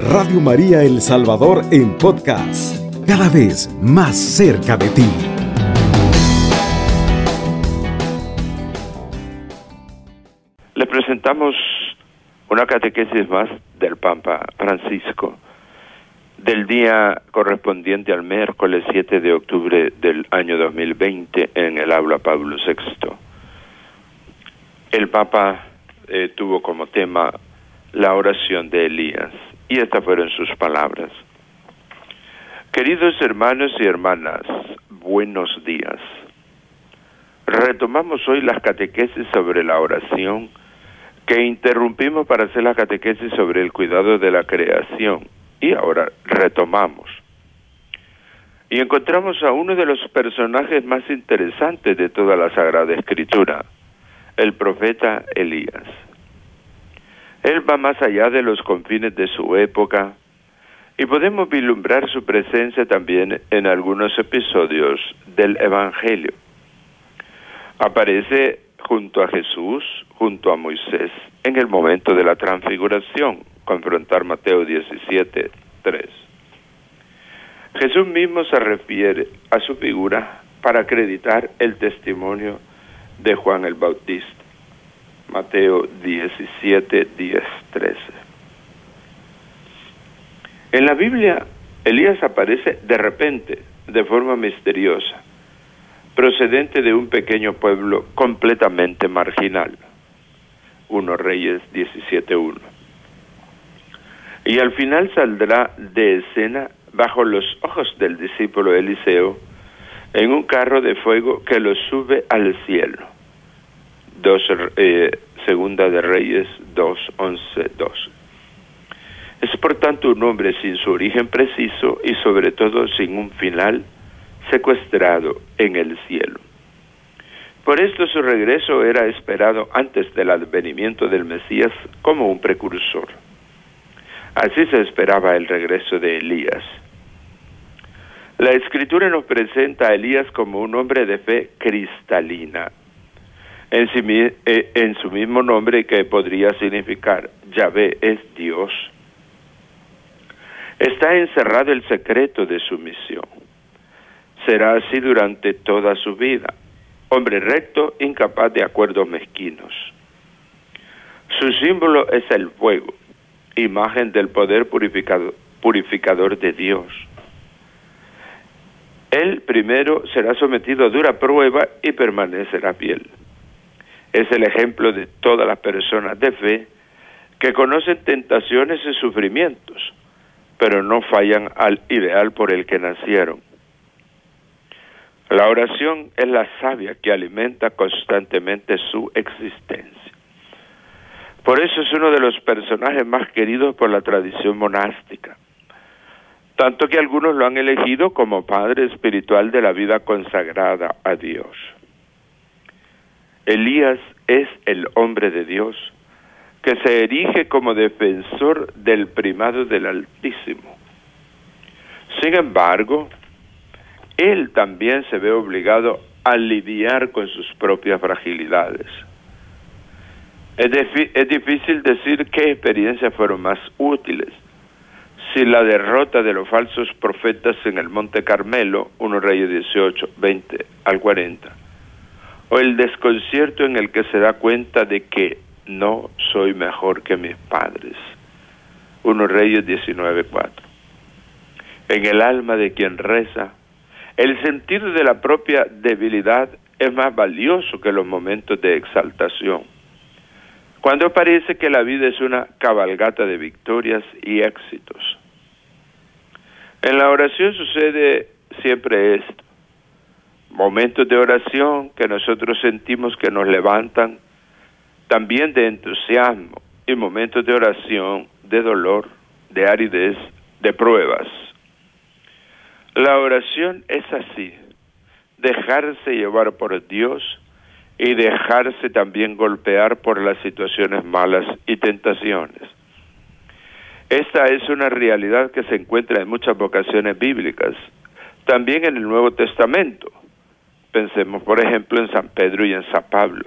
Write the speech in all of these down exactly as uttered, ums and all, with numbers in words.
Radio María El Salvador en podcast, cada vez más cerca de ti. Le presentamos una catequesis más del Papa Francisco, del día correspondiente al miércoles siete de octubre del año dos mil veinte en el aula Pablo sexto. El Papa eh, tuvo como tema la oración de Elías, y estas fueron sus palabras. Queridos hermanos y hermanas, buenos días. Retomamos hoy las catequesis sobre la oración que interrumpimos para hacer la catequesis sobre el cuidado de la creación, y ahora retomamos. Y encontramos a uno de los personajes más interesantes de toda la Sagrada Escritura, el profeta Elías. Él va más allá de los confines de su época y podemos vislumbrar su presencia también en algunos episodios del Evangelio. Aparece junto a Jesús, junto a Moisés, en el momento de la transfiguración, confrontar Mateo diecisiete, tres. Jesús mismo se refiere a su figura para acreditar el testimonio de Juan el Bautista. Mateo diecisiete, diez, trece. En la Biblia, Elías aparece de repente, de forma misteriosa, procedente de un pequeño pueblo completamente marginal. primero Reyes diecisiete, uno. Y al final saldrá de escena bajo los ojos del discípulo Eliseo en un carro de fuego que lo sube al cielo. Dos, eh, Segunda de Reyes dos, once, doce. Es por tanto un hombre sin su origen preciso y sobre todo sin un final, secuestrado en el cielo. Por esto su regreso era esperado antes del advenimiento del Mesías como un precursor. Así se esperaba el regreso de Elías. La Escritura nos presenta a Elías como un hombre de fe cristalina, en, sí, en su mismo nombre, que podría significar Yahvé es Dios. Está encerrado el secreto de su misión. Será así durante toda su vida, hombre recto, incapaz de acuerdos mezquinos. Su símbolo es el fuego, imagen del poder purificador, purificador de Dios. Él primero será sometido a dura prueba y permanecerá fiel. Es el ejemplo de todas las personas de fe que conocen tentaciones y sufrimientos, pero no fallan al ideal por el que nacieron. La oración es la savia que alimenta constantemente su existencia. Por eso es uno de los personajes más queridos por la tradición monástica, tanto que algunos lo han elegido como padre espiritual de la vida consagrada a Dios. Elías es el hombre de Dios que se erige como defensor del primado del Altísimo. Sin embargo, él también se ve obligado a lidiar con sus propias fragilidades. Es, es difícil decir qué experiencias fueron más útiles, si la derrota de los falsos profetas en el Monte Carmelo, primero Reyes dieciocho, veinte al cuarenta, o el desconcierto en el que se da cuenta de que no soy mejor que mis padres, primero Reyes diecinueve, cuatro. En el alma de quien reza, el sentido de la propia debilidad es más valioso que los momentos de exaltación, cuando parece que la vida es una cabalgata de victorias y éxitos. En la oración sucede siempre esto: momentos de oración que nosotros sentimos que nos levantan, también de entusiasmo, y momentos de oración de dolor, de aridez, de pruebas. La oración es así: dejarse llevar por Dios y dejarse también golpear por las situaciones malas y tentaciones. Esta es una realidad que se encuentra en muchas vocaciones bíblicas, también en el Nuevo Testamento. Pensemos, por ejemplo, en San Pedro y en San Pablo.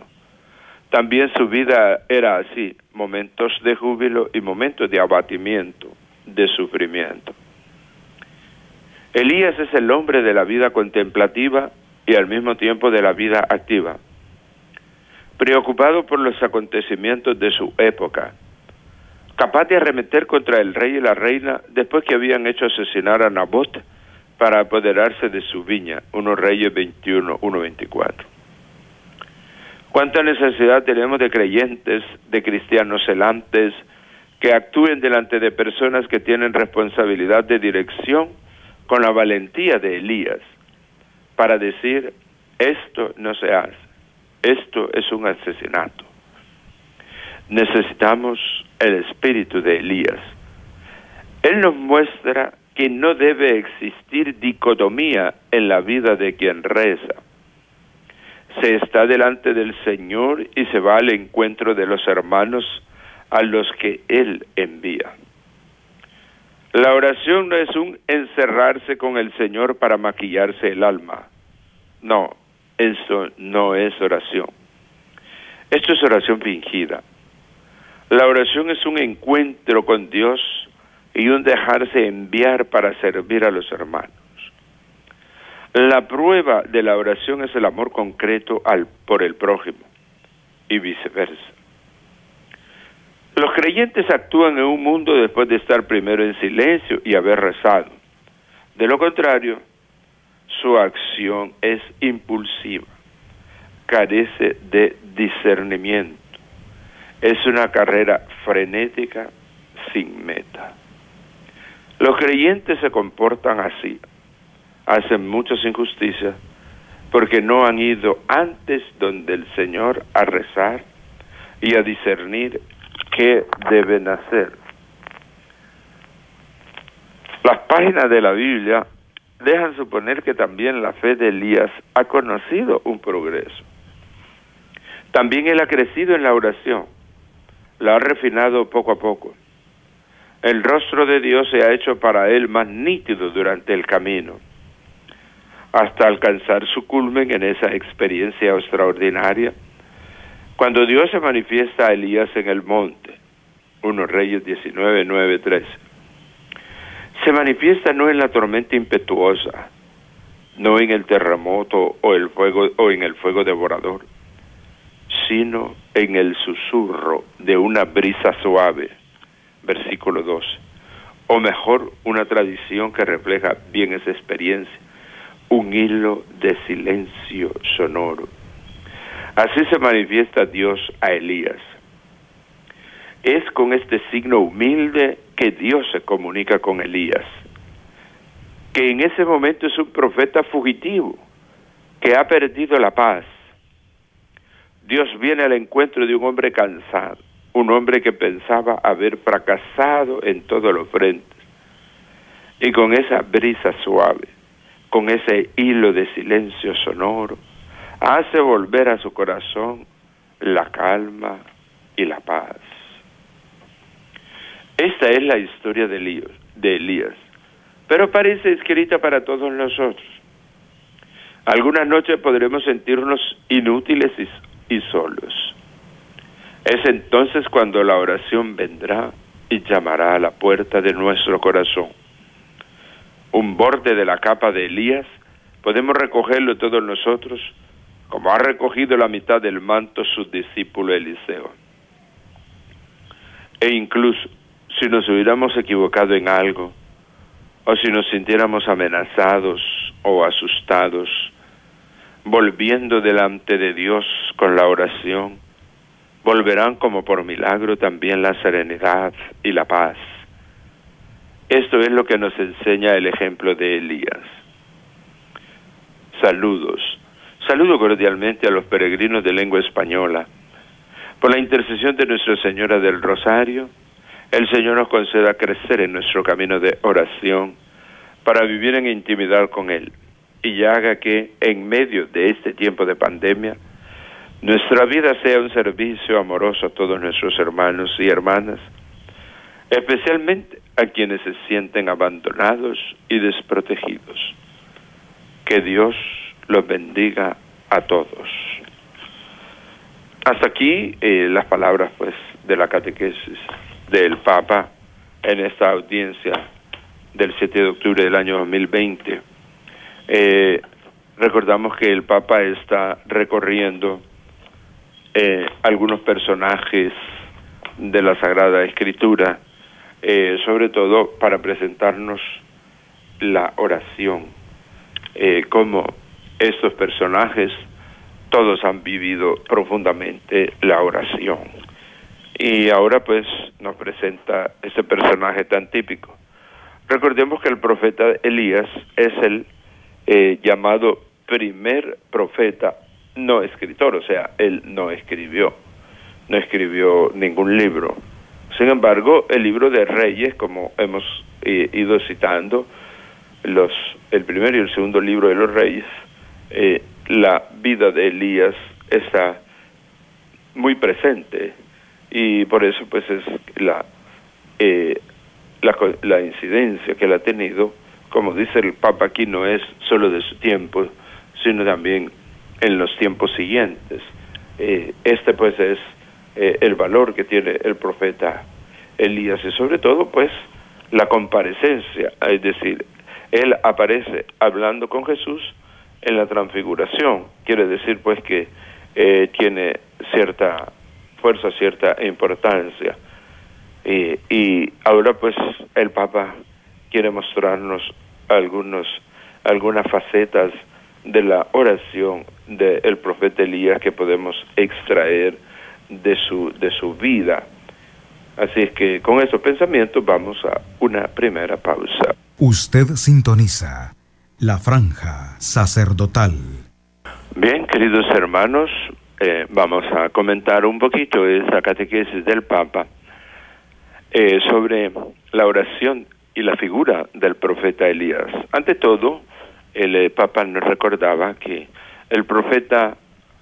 También su vida era así, momentos de júbilo y momentos de abatimiento. de sufrimiento. Elías es el hombre de la vida contemplativa y al mismo tiempo de la vida activa, preocupado por los acontecimientos de su época, capaz de arremeter contra el rey y la reina después que habían hecho asesinar a Nabot para apoderarse de su viña. Primero Reyes veintiuno, uno veinticuatro. ¿Cuánta necesidad tenemos de creyentes, de cristianos celantes, que actúen delante de personas que tienen responsabilidad de dirección con la valentía de Elías para decir, esto no se hace, esto es un asesinato? Necesitamos el espíritu de Elías. Él nos muestra que no debe existir dicotomía en la vida de quien reza. Se está delante del Señor y se va al encuentro de los hermanos a los que Él envía. La oración no es un encerrarse con el Señor para maquillarse el alma. No, eso no es oración. Esto es oración fingida. La oración es un encuentro con Dios y un dejarse enviar para servir a los hermanos. La prueba de la oración es el amor concreto al, por el prójimo y viceversa. Los creyentes actúan en un mundo después de estar primero en silencio y haber rezado. De lo contrario, su acción es impulsiva, carece de discernimiento. Es una carrera frenética sin meta. Los creyentes se comportan así, hacen muchas injusticias porque no han ido antes donde el Señor a rezar y a discernir qué deben hacer. Las páginas de la Biblia dejan suponer que también la fe de Elías ha conocido un progreso. También él ha crecido en la oración, la ha refinado poco a poco. El rostro de Dios se ha hecho para él más nítido durante el camino, hasta alcanzar su culmen en esa experiencia extraordinaria, cuando Dios se manifiesta a Elías en el monte. Primero Reyes diecinueve, nueve, trece. Se manifiesta no en la tormenta impetuosa, no en el terremoto o el fuego o en el fuego devorador, sino en el susurro de una brisa suave. Versículo doce. O mejor, una tradición que refleja bien esa experiencia, un hilo de silencio sonoro. Así se manifiesta Dios a Elías. Es con este signo humilde que Dios se comunica con Elías, que en ese momento es un profeta fugitivo, que ha perdido la paz. Dios viene al encuentro de un hombre cansado, un hombre que pensaba haber fracasado en todos los frentes, y con esa brisa suave, con ese hilo de silencio sonoro, hace volver a su corazón la calma y la paz. Esta es la historia de Elías, de Elías, pero parece escrita para todos nosotros. Algunas noches podremos sentirnos inútiles y, y solos. Es entonces cuando la oración vendrá y llamará a la puerta de nuestro corazón. Un borde de la capa de Elías podemos recogerlo todos nosotros, como ha recogido la mitad del manto su discípulo Eliseo. E incluso, si nos hubiéramos equivocado en algo, o si nos sintiéramos amenazados o asustados, volviendo delante de Dios con la oración, volverán como por milagro también la serenidad y la paz. Esto es lo que nos enseña el ejemplo de Elías. Saludos. Saludo cordialmente a los peregrinos de lengua española. Por la intercesión de Nuestra Señora del Rosario, el Señor nos conceda crecer en nuestro camino de oración para vivir en intimidad con Él, y haga que, en medio de este tiempo de pandemia, nuestra vida sea un servicio amoroso a todos nuestros hermanos y hermanas, especialmente a quienes se sienten abandonados y desprotegidos. Que Dios los bendiga a todos. Hasta aquí eh, las palabras pues de la catequesis del Papa en esta audiencia del siete de octubre del año dos mil veinte. Eh, recordamos que el Papa está recorriendo eh, algunos personajes de la Sagrada Escritura, eh, sobre todo para presentarnos la oración, eh, como estos personajes todos han vivido profundamente la oración. Y ahora pues nos presenta este personaje tan típico. Recordemos que el profeta Elías es el eh, llamado primer profeta no escritor, o sea, él no escribió, no escribió ningún libro. Sin embargo, el libro de Reyes, como hemos eh, ido citando, los, el primero y el segundo libro de los Reyes, eh, la vida de Elías está muy presente, y por eso pues es la, eh, la, la incidencia que él ha tenido, como dice el Papa aquí, no es solo de su tiempo, sino también en los tiempos siguientes. Eh, este pues es eh, el valor que tiene el profeta Elías, y sobre todo pues la comparecencia, es decir, él aparece hablando con Jesús en la transfiguración, quiere decir pues que eh, tiene cierta fuerza, cierta importancia, eh, y ahora pues el Papa quiere mostrarnos algunos algunas facetas de la oración del profeta Elías que podemos extraer de su de su vida. Así es que con esos pensamientos vamos a una primera pausa. Usted sintoniza la franja sacerdotal. Bien, queridos hermanos, eh, vamos a comentar un poquito esa catequesis del Papa eh, sobre la oración y la figura del profeta Elías. Ante todo, el eh, Papa nos recordaba que el profeta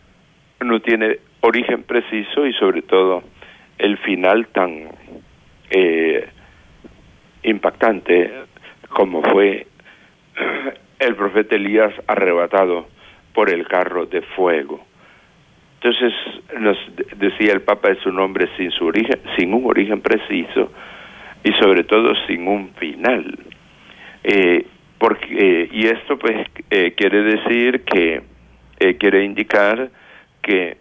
no tiene origen preciso, y sobre todo el final tan eh, impactante como fue el profeta Elías arrebatado por el carro de fuego. Entonces nos decía el Papa, es un hombre sin su origen, sin un origen preciso, y sobre todo sin un final. Eh, porque eh, y esto pues eh, quiere decir que eh, quiere indicar que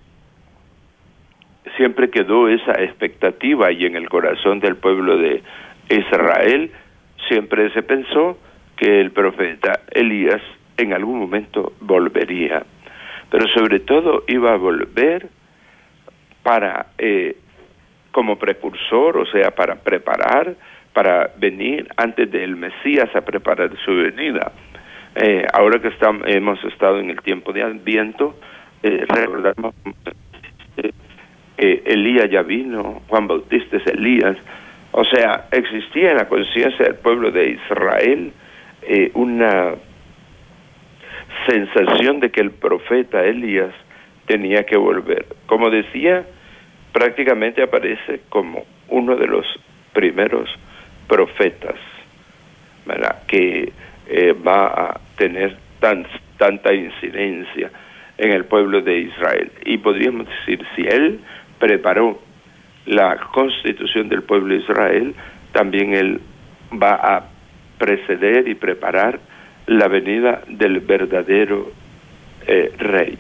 siempre quedó esa expectativa y en el corazón del pueblo de Israel siempre se pensó que el profeta Elías en algún momento volvería, pero sobre todo iba a volver para eh, como precursor, o sea, para preparar, para venir antes del Mesías a preparar su venida. Eh, ahora que estamos, hemos estado en el tiempo de Adviento, eh, recordamos eh, eh, Elías ya vino, Juan Bautista es Elías. O sea, existía en la conciencia del pueblo de Israel eh, una sensación de que el profeta Elías tenía que volver. Como decía, prácticamente aparece como uno de los primeros profetas, ¿verdad?, que eh, va a tener tan, tanta incidencia en el pueblo de Israel. Y podríamos decir, si él preparó la constitución del pueblo de Israel, también él va a preceder y preparar la venida del verdadero eh, rey.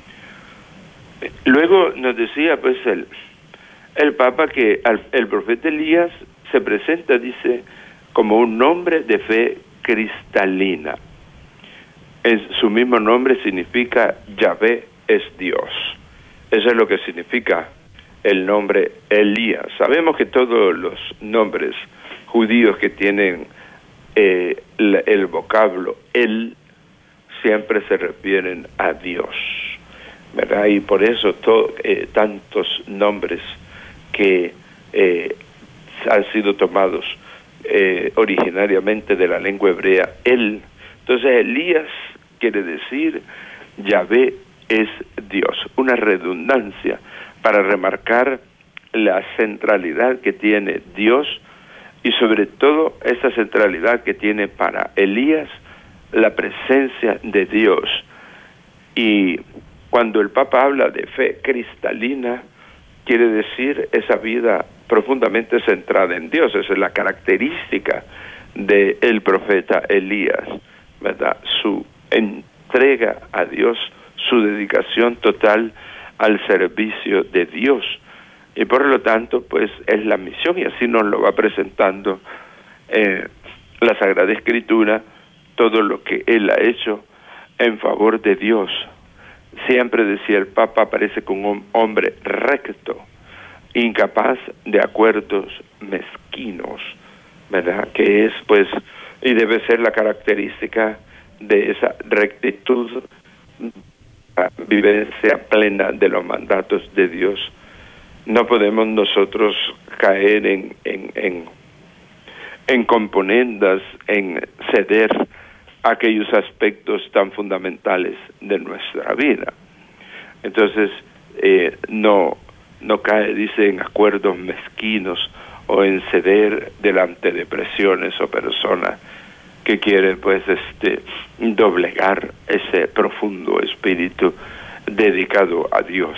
Luego nos decía pues el, el Papa que al, el profeta Elías se presenta, dice, como un hombre de fe cristalina. En su mismo nombre significa Yahvé es Dios. Eso es lo que significa el nombre Elías. Sabemos que todos los nombres judíos que tienen eh, el, el vocablo El siempre se refieren a Dios, ¿verdad? Y por eso to, eh, tantos nombres que eh, han sido tomados eh, originariamente de la lengua hebrea, El. Entonces Elías quiere decir Yahvé es Dios, una redundancia para remarcar la centralidad que tiene Dios, y sobre todo esa centralidad que tiene para Elías la presencia de Dios. Y cuando el Papa habla de fe cristalina, quiere decir esa vida profundamente centrada en Dios. Esa es la característica del profeta Elías, ¿verdad? Su entrega a Dios, su dedicación total al servicio de Dios. Y por lo tanto, pues es la misión, y así nos lo va presentando eh, la Sagrada Escritura, todo lo que él ha hecho en favor de Dios. Siempre decía el Papa, aparece como un hombre recto, incapaz de acuerdos mezquinos, ¿verdad? Que es, pues, y debe ser la característica de esa rectitud, vivencia plena de los mandatos de Dios. No podemos nosotros caer en, en, en, en componendas, en ceder a aquellos aspectos tan fundamentales de nuestra vida. Entonces, eh, no, no cae, dice, en acuerdos mezquinos o en ceder delante de presiones o personas que quieren, pues, este, doblegar ese profundo espíritu dedicado a Dios.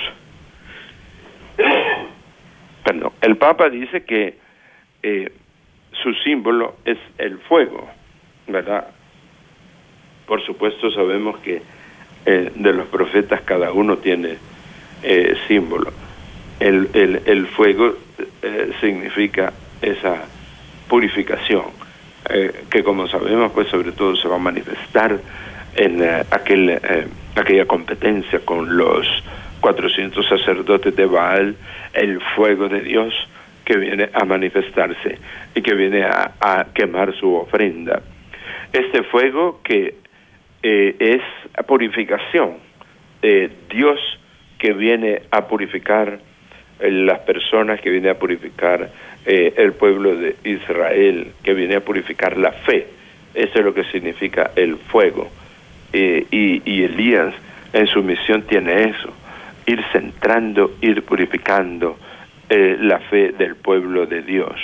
Perdón. El Papa dice que eh, su símbolo es el fuego, ¿verdad? Por supuesto sabemos que eh, de los profetas cada uno tiene eh, símbolo. El, el, el fuego eh, significa esa purificación, eh, que como sabemos, pues sobre todo se va a manifestar en eh, aquel, eh, aquella competencia con los cuatrocientos sacerdotes de Baal, el fuego de Dios que viene a manifestarse y que viene a, a quemar su ofrenda. Este fuego que eh, es purificación, eh, Dios que viene a purificar eh, las personas, que viene a purificar eh, el pueblo de Israel, que viene a purificar la fe. Eso es lo que significa el fuego. Eh, y, y Elías en su misión tiene eso, ir centrando, ir purificando eh, la fe del pueblo de Dios.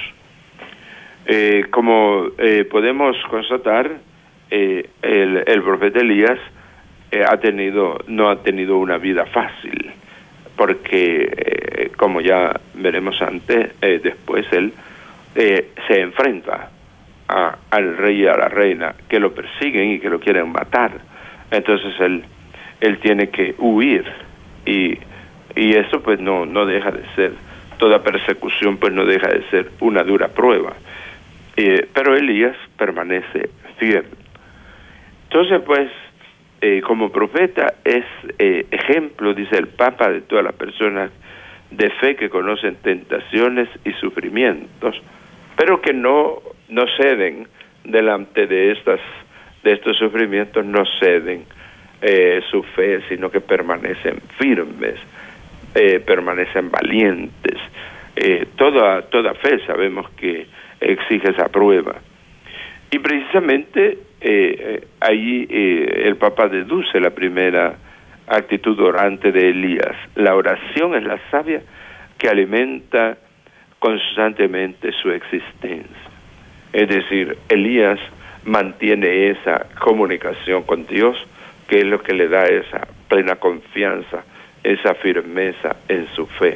Eh, como eh, podemos constatar, eh, el, el profeta Elías eh, ha tenido, no ha tenido una vida fácil, porque eh, como ya veremos antes, eh, después él eh, se enfrenta a, al rey y a la reina que lo persiguen y que lo quieren matar. Entonces él, él tiene que huir. Y, y eso pues no, no deja de ser, toda persecución pues no deja de ser una dura prueba. Eh, pero Elías permanece fiel. Entonces pues, eh, como profeta es eh, ejemplo, dice el Papa, de todas las personas de fe que conocen tentaciones y sufrimientos, pero que no, no ceden delante de, estas, de estos sufrimientos, no ceden Eh, su fe, sino que permanecen firmes, eh, permanecen valientes. Eh, toda, toda fe sabemos que exige esa prueba. Y precisamente eh, ahí eh, el Papa deduce la primera actitud orante de Elías. La oración es la savia que alimenta constantemente su existencia. Es decir, Elías mantiene esa comunicación con Dios, que es lo que le da esa plena confianza, esa firmeza en su fe.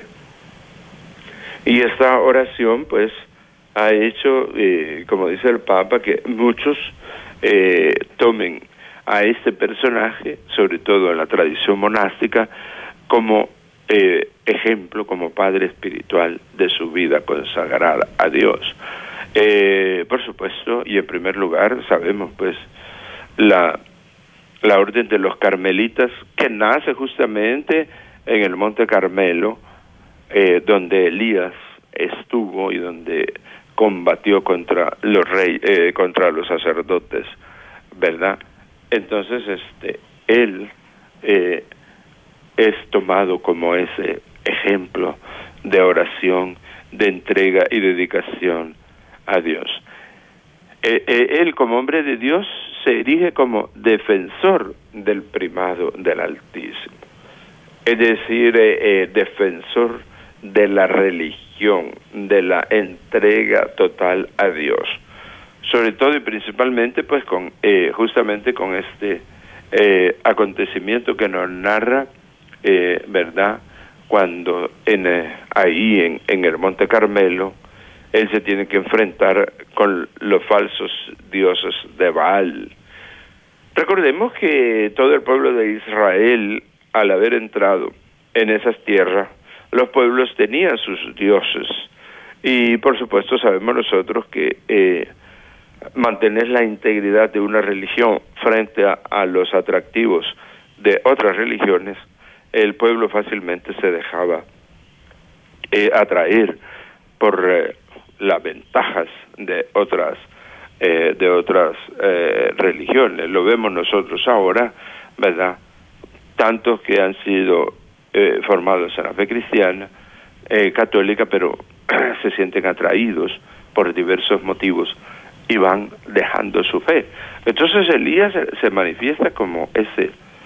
Y esta oración, pues, ha hecho, eh, como dice el Papa, que muchos eh, tomen a este personaje, sobre todo en la tradición monástica, como eh, ejemplo, como padre espiritual de su vida consagrada a Dios. Eh, por supuesto, y en primer lugar, sabemos, pues, la... la orden de los carmelitas, que nace justamente en el Monte Carmelo, eh, donde Elías estuvo y donde combatió contra los reyes, eh, contra los sacerdotes, ¿verdad? Entonces, este, él eh, es tomado como ese ejemplo de oración, de entrega y dedicación a Dios. Eh, eh, él, como hombre de Dios, se erige como defensor del primado del Altísimo, es decir, eh, eh, defensor de la religión, de la entrega total a Dios, sobre todo y principalmente pues con eh, justamente con este eh, acontecimiento que nos narra, eh, verdad, cuando en, eh, ahí en, en el Monte Carmelo, él se tiene que enfrentar con los falsos dioses de Baal. Recordemos que todo el pueblo de Israel, al haber entrado en esas tierras, los pueblos tenían sus dioses. Y por supuesto sabemos nosotros que eh, mantener la integridad de una religión frente a, a los atractivos de otras religiones, el pueblo fácilmente se dejaba eh, atraer por eh, las ventajas de otras eh, de otras eh, religiones. Lo vemos nosotros ahora, ¿verdad? Tantos que han sido eh, formados en la fe cristiana, eh, católica, pero se sienten atraídos por diversos motivos y van dejando su fe. Entonces Elías se manifiesta como ese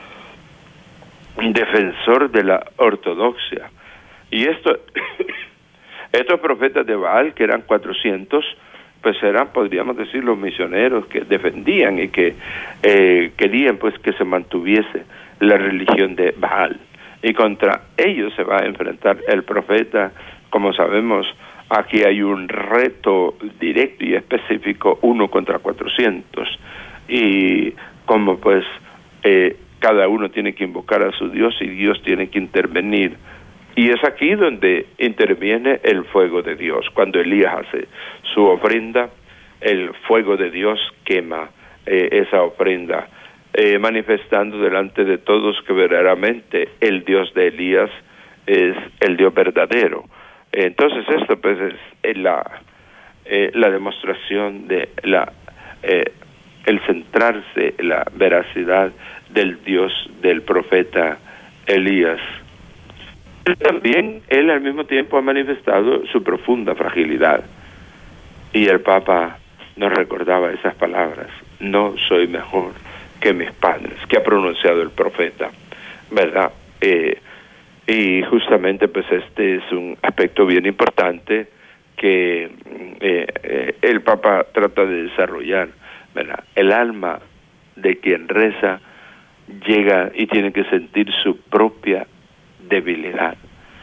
defensor de la ortodoxia. Y esto, estos profetas de Baal, que eran cuatrocientos, pues eran, podríamos decir, los misioneros que defendían y que eh, querían pues que se mantuviese la religión de Baal. Y contra ellos se va a enfrentar el profeta. Como sabemos, aquí hay un reto directo y específico, uno contra cuatrocientos, y como pues eh, cada uno tiene que invocar a su Dios y Dios tiene que intervenir. Y es aquí donde interviene el fuego de Dios. Cuando Elías hace su ofrenda, el fuego de Dios quema eh, esa ofrenda, eh, manifestando delante de todos que verdaderamente el Dios de Elías es el Dios verdadero. Entonces esto pues es la, eh, la demostración de la eh, el centrarse en la veracidad del Dios del profeta Elías. También él al mismo tiempo ha manifestado su profunda fragilidad, y el Papa nos recordaba esas palabras: no soy mejor que mis padres, que ha pronunciado el profeta, ¿verdad? Eh, y justamente pues este es un aspecto bien importante que eh, eh, el Papa trata de desarrollar, ¿verdad? El alma de quien reza llega y tiene que sentir su propia debilidad.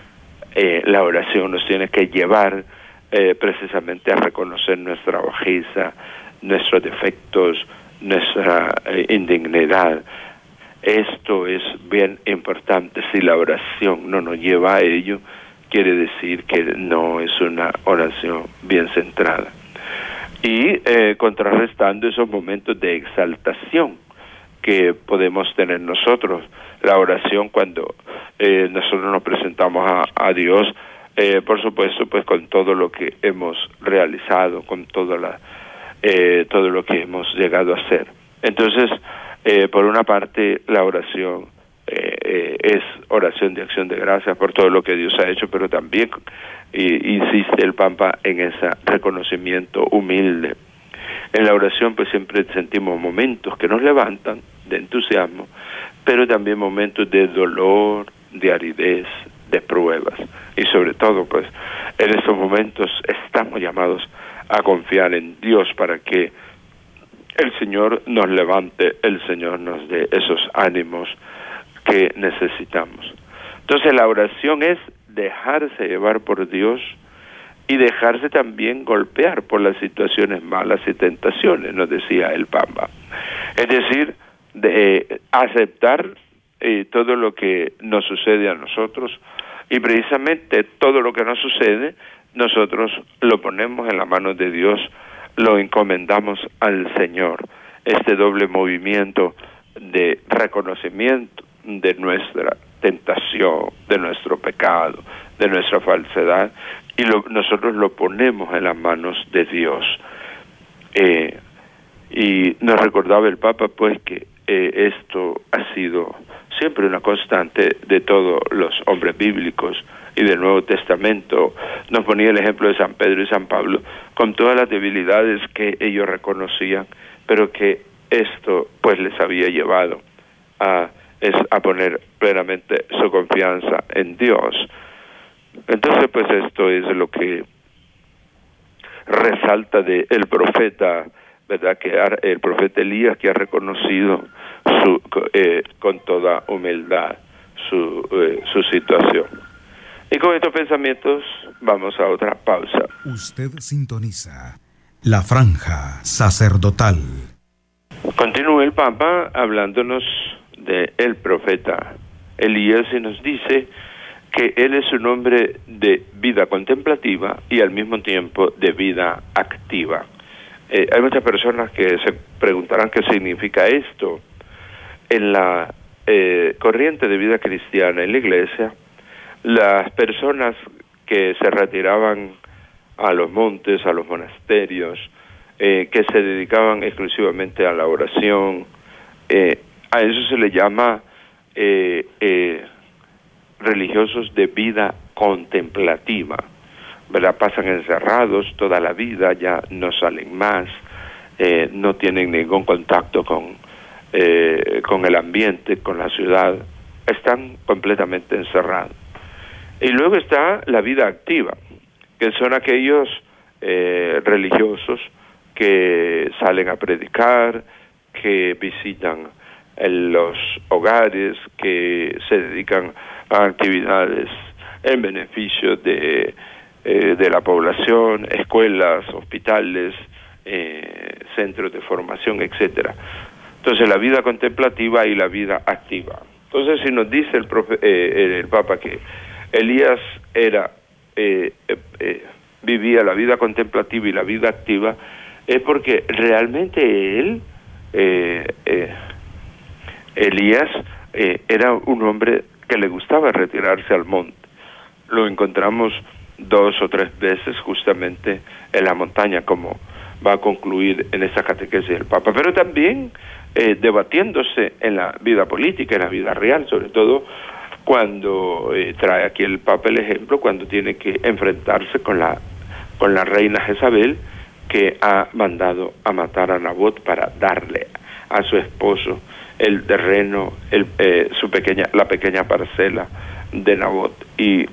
Eh, la oración nos tiene que llevar eh, precisamente a reconocer nuestra bajeza, nuestros defectos, nuestra eh, indignidad. Esto es bien importante. Si la oración no nos lleva a ello, quiere decir que no es una oración bien centrada. Y eh, contrarrestando esos momentos de exaltación que podemos tener nosotros. La oración cuando eh, nosotros nos presentamos a, a Dios, eh, por supuesto, pues con todo lo que hemos realizado, con toda la, eh, todo lo que hemos llegado a hacer. Entonces, eh, por una parte, la oración eh, eh, es oración de acción de gracias por todo lo que Dios ha hecho, pero también eh, insiste el Papa en ese reconocimiento humilde. En la oración pues siempre sentimos momentos que nos levantan de entusiasmo, pero también momentos de dolor, de aridez, de pruebas. Y sobre todo pues en estos momentos estamos llamados a confiar en Dios para que el Señor nos levante, el Señor nos dé esos ánimos que necesitamos. Entonces la oración es dejarse llevar por Dios y dejarse también golpear por las situaciones malas y tentaciones, nos decía el Papa. Es decir, de eh, aceptar eh, todo lo que nos sucede a nosotros, y precisamente todo lo que nos sucede, nosotros lo ponemos en la mano de Dios, lo encomendamos al Señor. Este doble movimiento de reconocimiento de nuestra tentación, de nuestro pecado, de nuestra falsedad, y lo, nosotros lo ponemos en las manos de Dios. Eh, y nos recordaba el Papa pues que eh, esto ha sido siempre una constante de todos los hombres bíblicos y del Nuevo Testamento. Nos ponía el ejemplo de San Pedro y San Pablo, con todas las debilidades que ellos reconocían, pero que esto pues les había llevado a, es, a poner plenamente su confianza en Dios. Entonces pues esto es lo que resalta de el profeta, ¿verdad? Que ha, el profeta Elías, que ha reconocido su, eh, con toda humildad su, eh, su situación. Y con estos pensamientos vamos a otra pausa. Usted sintoniza la franja sacerdotal. Continúa el Papa hablándonos de el profeta Elías y nos dice que él es un hombre de vida contemplativa y al mismo tiempo de vida activa. Eh, hay muchas personas que se preguntarán qué significa esto. En la eh, corriente de vida cristiana en la iglesia, las personas que se retiraban a los montes, a los monasterios, eh, que se dedicaban exclusivamente a la oración, eh, a eso se le llama eh, eh, religiosos de vida contemplativa, ¿verdad? Pasan encerrados toda la vida, ya no salen más, eh, no tienen ningún contacto con, eh, con el ambiente, con la ciudad, están completamente encerrados. Y luego está la vida activa, que son aquellos eh, religiosos que salen a predicar, que visitan en los hogares, que se dedican a actividades en beneficio de, eh, de la población, escuelas, hospitales, eh, centros de formación, etcétera. Entonces la vida contemplativa y la vida activa. Entonces si nos dice el, profe, eh, el Papa que Elías era eh, eh, eh, vivía la vida contemplativa y la vida activa, es porque realmente él, eh, eh, Elías, eh, era un hombre que le gustaba retirarse al monte. Lo encontramos dos o tres veces justamente en la montaña, como va a concluir en esa catequesis del Papa, pero también eh, debatiéndose en la vida política, en la vida real, sobre todo cuando eh, trae aquí el Papa el ejemplo, cuando tiene que enfrentarse con la, con la reina Jezabel, que ha mandado a matar a Nabot para darle a su esposo el terreno, el, eh, su pequeña, la pequeña parcela de Nabot. Y,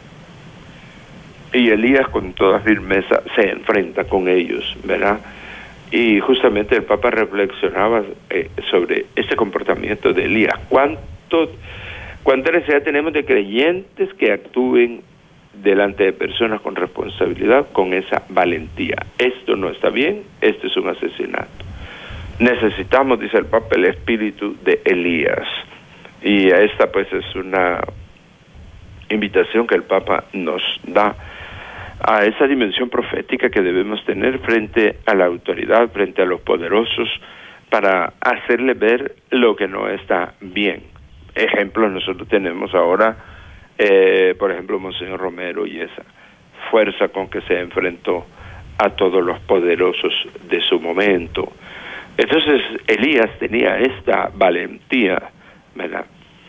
y Elías con toda firmeza se enfrenta con ellos, ¿verdad? Y justamente el Papa reflexionaba eh, sobre ese comportamiento de Elías. ¿Cuánto, cuánta necesidad tenemos de creyentes que actúen delante de personas con responsabilidad, con esa valentía? Esto no está bien, esto es un asesinato. Necesitamos, dice el Papa, el espíritu de Elías. Y a esta pues es una invitación que el Papa nos da a esa dimensión profética que debemos tener frente a la autoridad, frente a los poderosos, para hacerle ver lo que no está bien. Ejemplos nosotros tenemos ahora, eh, por ejemplo, Monseñor Romero y esa fuerza con que se enfrentó a todos los poderosos de su momento. Entonces Elías tenía esta valentía, ¿verdad?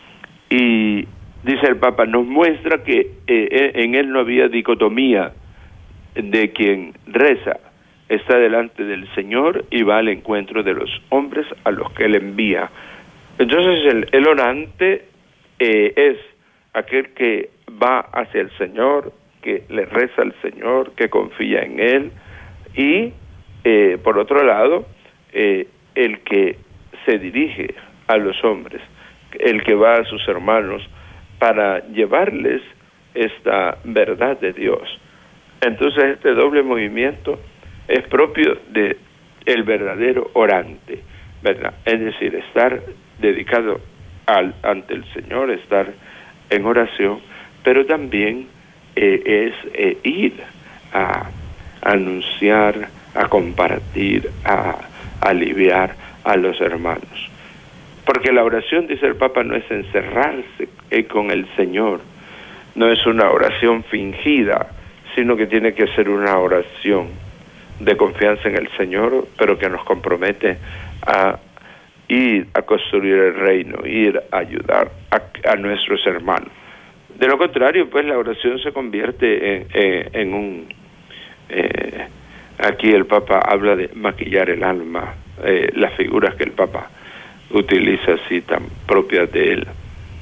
Y dice el Papa, nos muestra que eh, en él no había dicotomía de quien reza, está delante del Señor y va al encuentro de los hombres a los que él envía. Entonces el, el orante eh, es aquel que va hacia el Señor, que le reza al Señor, que confía en él, y eh, por otro lado, eh, el que se dirige a los hombres, el que va a sus hermanos para llevarles esta verdad de Dios. Entonces este doble movimiento es propio de el verdadero orante, ¿verdad? Es decir, estar dedicado al, ante el Señor, estar en oración, pero también eh, es eh, ir a, a anunciar, a compartir, a, a aliviar a los hermanos. Porque la oración, dice el Papa, no es encerrarse eh, con el Señor, no es una oración fingida, sino que tiene que ser una oración de confianza en el Señor, pero que nos compromete a ir a construir el reino, ir a ayudar a, a nuestros hermanos. De lo contrario, pues la oración se convierte en, en, en un... Eh, aquí el Papa habla de maquillar el alma, eh, las figuras que el Papa utiliza así tan propias de él.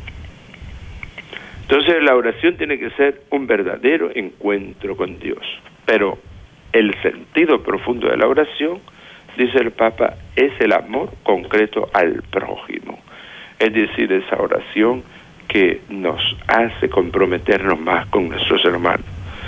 Entonces la oración tiene que ser un verdadero encuentro con Dios, pero el sentido profundo de la oración, dice el Papa, es el amor concreto al prójimo, es decir, esa oración que nos hace comprometernos más con nuestros hermanos.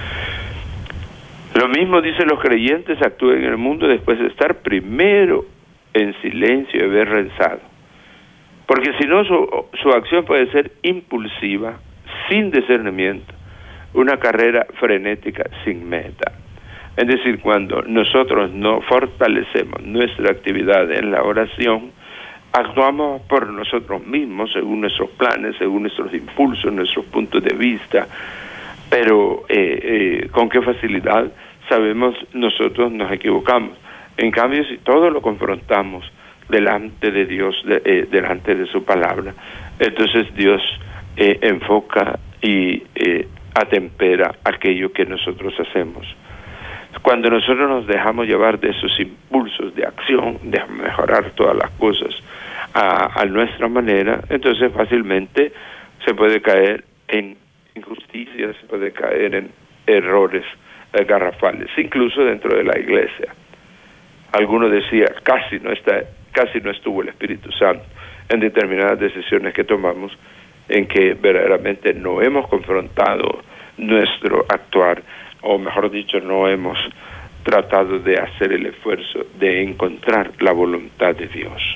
Lo mismo dicen los creyentes, actúen en el mundo después de estar primero en silencio y haber rezado. Porque si no, su, su acción puede ser impulsiva, sin discernimiento, una carrera frenética sin meta. Es decir, cuando nosotros no fortalecemos nuestra actividad en la oración, actuamos por nosotros mismos, según nuestros planes, según nuestros impulsos, nuestros puntos de vista, pero eh, eh, con qué facilidad sabemos nosotros nos equivocamos. En cambio, si todo lo confrontamos delante de Dios, de, eh, delante de su palabra, entonces Dios eh, enfoca y eh, atempera aquello que nosotros hacemos. Cuando nosotros nos dejamos llevar de esos impulsos de acción, de mejorar todas las cosas a, a nuestra manera, entonces fácilmente se puede caer en injusticias, se puede caer en errores eh, garrafales, incluso dentro de la iglesia. Alguno decía, casi no está, casi no estuvo el Espíritu Santo en determinadas decisiones que tomamos, en que verdaderamente no hemos confrontado nuestro actuar, o mejor dicho, no hemos tratado de hacer el esfuerzo de encontrar la voluntad de Dios.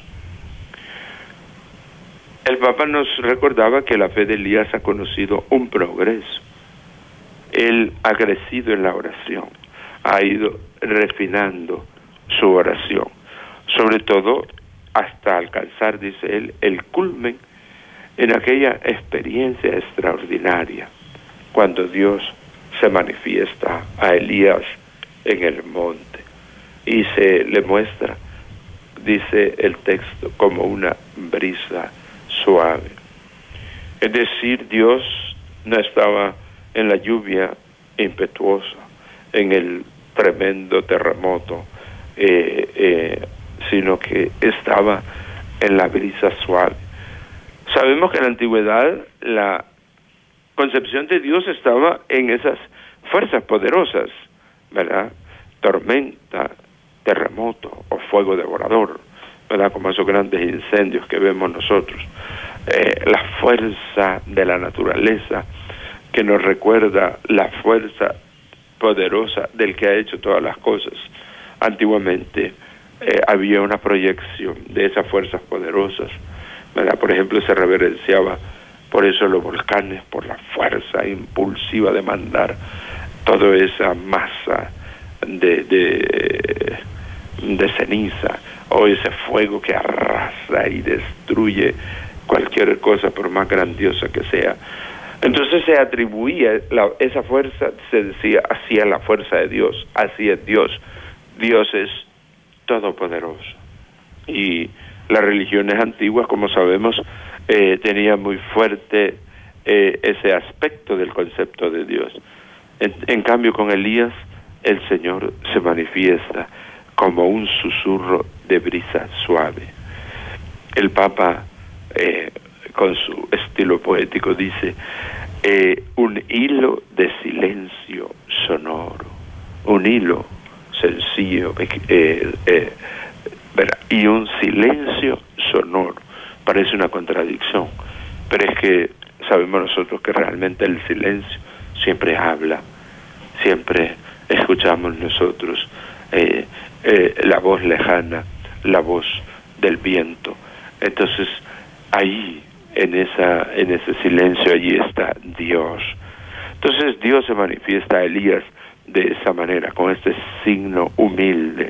El Papa nos recordaba que la fe de Elías ha conocido un progreso. Él ha crecido en la oración, ha ido refinando su oración, sobre todo hasta alcanzar, dice él, el culmen en aquella experiencia extraordinaria, cuando Dios se manifiesta a Elías en el monte y se le muestra, dice el texto, como una brisa suave. Es decir, Dios no estaba en la lluvia impetuosa, en el tremendo terremoto, eh, eh, sino que estaba en la brisa suave. Sabemos que en la antigüedad la concepción de Dios estaba en esas fuerzas poderosas, ¿verdad? Tormenta, terremoto o fuego devorador, ¿verdad? Como esos grandes incendios que vemos nosotros. Eh, la fuerza de la naturaleza que nos recuerda la fuerza poderosa del que ha hecho todas las cosas. Antiguamente eh, había una proyección de esas fuerzas poderosas, ¿verdad? Por ejemplo, se reverenciaba por eso los volcanes, por la fuerza impulsiva de mandar toda esa masa de, de, de ceniza, o ese fuego que arrasa y destruye cualquier cosa por más grandiosa que sea. Entonces se atribuía la, esa fuerza, se decía, así es la fuerza de Dios, así es Dios. Dios es todopoderoso. Y las religiones antiguas, como sabemos, eh, tenían muy fuerte eh, ese aspecto del concepto de Dios. En, en cambio, con Elías, el Señor se manifiesta como un susurro de brisa suave. El Papa, eh, con su estilo poético, dice, eh, un hilo de silencio sonoro, un hilo sencillo, eh, eh, y un silencio sonoro. Parece una contradicción, pero es que sabemos nosotros que realmente el silencio siempre habla, siempre escuchamos nosotros eh, eh, la voz lejana, la voz del viento. Entonces ahí, en esa en ese silencio, allí está Dios. Entonces Dios se manifiesta a Elías de esa manera, con este signo humilde.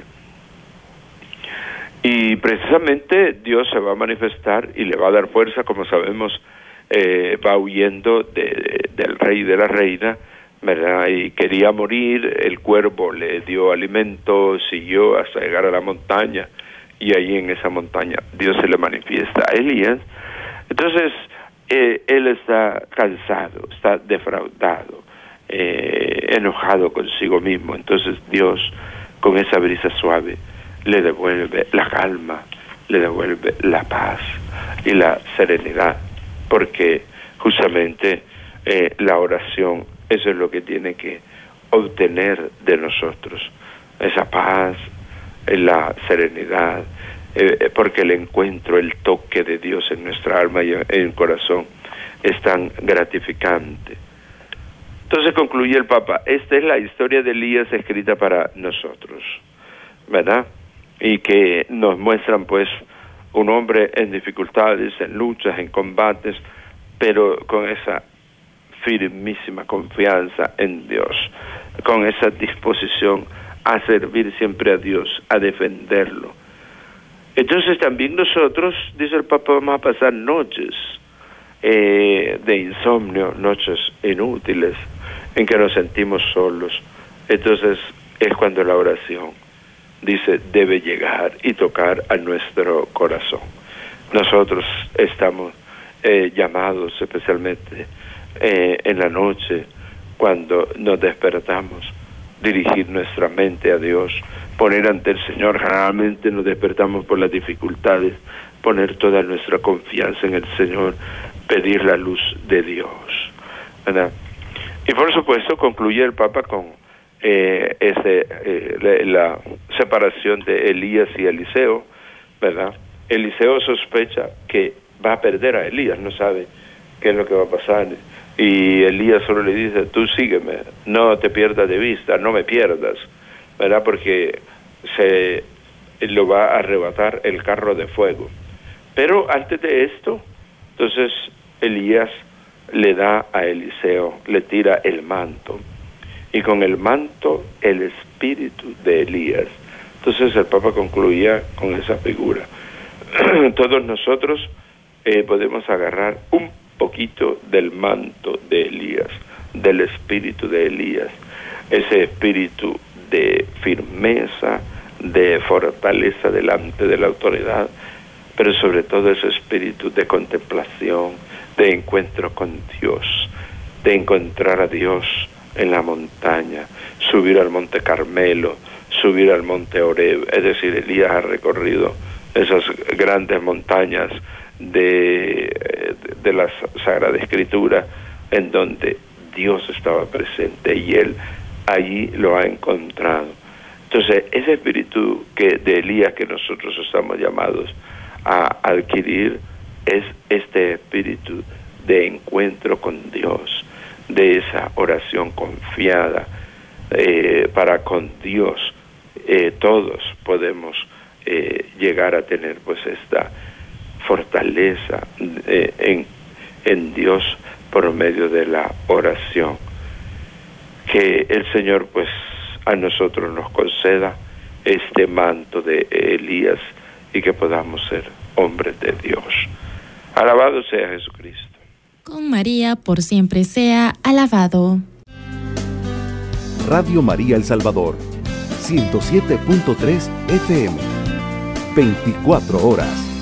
Y precisamente Dios se va a manifestar y le va a dar fuerza, como sabemos, eh, va huyendo de, de, del rey y de la reina, ¿verdad? Y quería morir, el cuervo le dio alimento, siguió hasta llegar a la montaña, y ahí en esa montaña Dios se le manifiesta a Elías. Entonces, eh, él está cansado, está defraudado, eh, enojado consigo mismo. Entonces Dios, con esa brisa suave, le devuelve la calma, le devuelve la paz y la serenidad, porque justamente eh, la oración, eso es lo que tiene que obtener de nosotros, esa paz, la serenidad, eh, porque el encuentro, el toque de Dios en nuestra alma y en el corazón es tan gratificante. Entonces concluye el Papa, esta es la historia de Elías escrita para nosotros, ¿verdad? Y que nos muestran pues un hombre en dificultades, en luchas, en combates, pero con esa firmísima confianza en Dios, con esa disposición a servir siempre a Dios, a defenderlo. Entonces también nosotros, dice el Papa, vamos a pasar noches eh, de insomnio, noches inútiles, en que nos sentimos solos. Entonces es cuando la oración, dice, debe llegar y tocar a nuestro corazón. Nosotros estamos eh, llamados especialmente eh, en la noche, cuando nos despertamos, dirigir nuestra mente a Dios, poner ante el Señor. Generalmente nos despertamos por las dificultades, poner toda nuestra confianza en el Señor, pedir la luz de Dios, ¿verdad? Y por supuesto concluye el Papa con eh, ese, eh, la, la separación de Elías y Eliseo, ¿verdad? Eliseo sospecha que va a perder a Elías, no sabe qué es lo que va a pasar, y Elías solo le dice, tú sígueme, no te pierdas de vista, no me pierdas, ¿verdad? Porque se lo va a arrebatar el carro de fuego. Pero antes de esto, entonces Elías le da a Eliseo, le tira el manto, y con el manto el espíritu de Elías. Entonces el Papa concluía con esa figura. Todos nosotros eh, podemos agarrar un poquito del manto de Elías, del espíritu de Elías, ese espíritu de firmeza, de fortaleza delante de la autoridad, pero sobre todo ese espíritu de contemplación, de encuentro con Dios, de encontrar a Dios en la montaña, subir al monte Carmelo, subir al monte Horeb. Es decir, Elías ha recorrido esas grandes montañas de, de la Sagrada Escritura, en donde Dios estaba presente y él allí lo ha encontrado. Entonces, ese espíritu que de Elías que nosotros estamos llamados a adquirir es este espíritu de encuentro con Dios, de esa oración confiada eh, para con Dios. Eh, todos podemos eh, llegar a tener pues esta fortaleza eh, en, en Dios por medio de la oración. Que el Señor pues a nosotros nos conceda este manto de Elías y que podamos ser hombres de Dios. Alabado sea Jesucristo. Con María por siempre sea alabado. Radio María El Salvador, ciento siete punto tres F M, veinticuatro horas.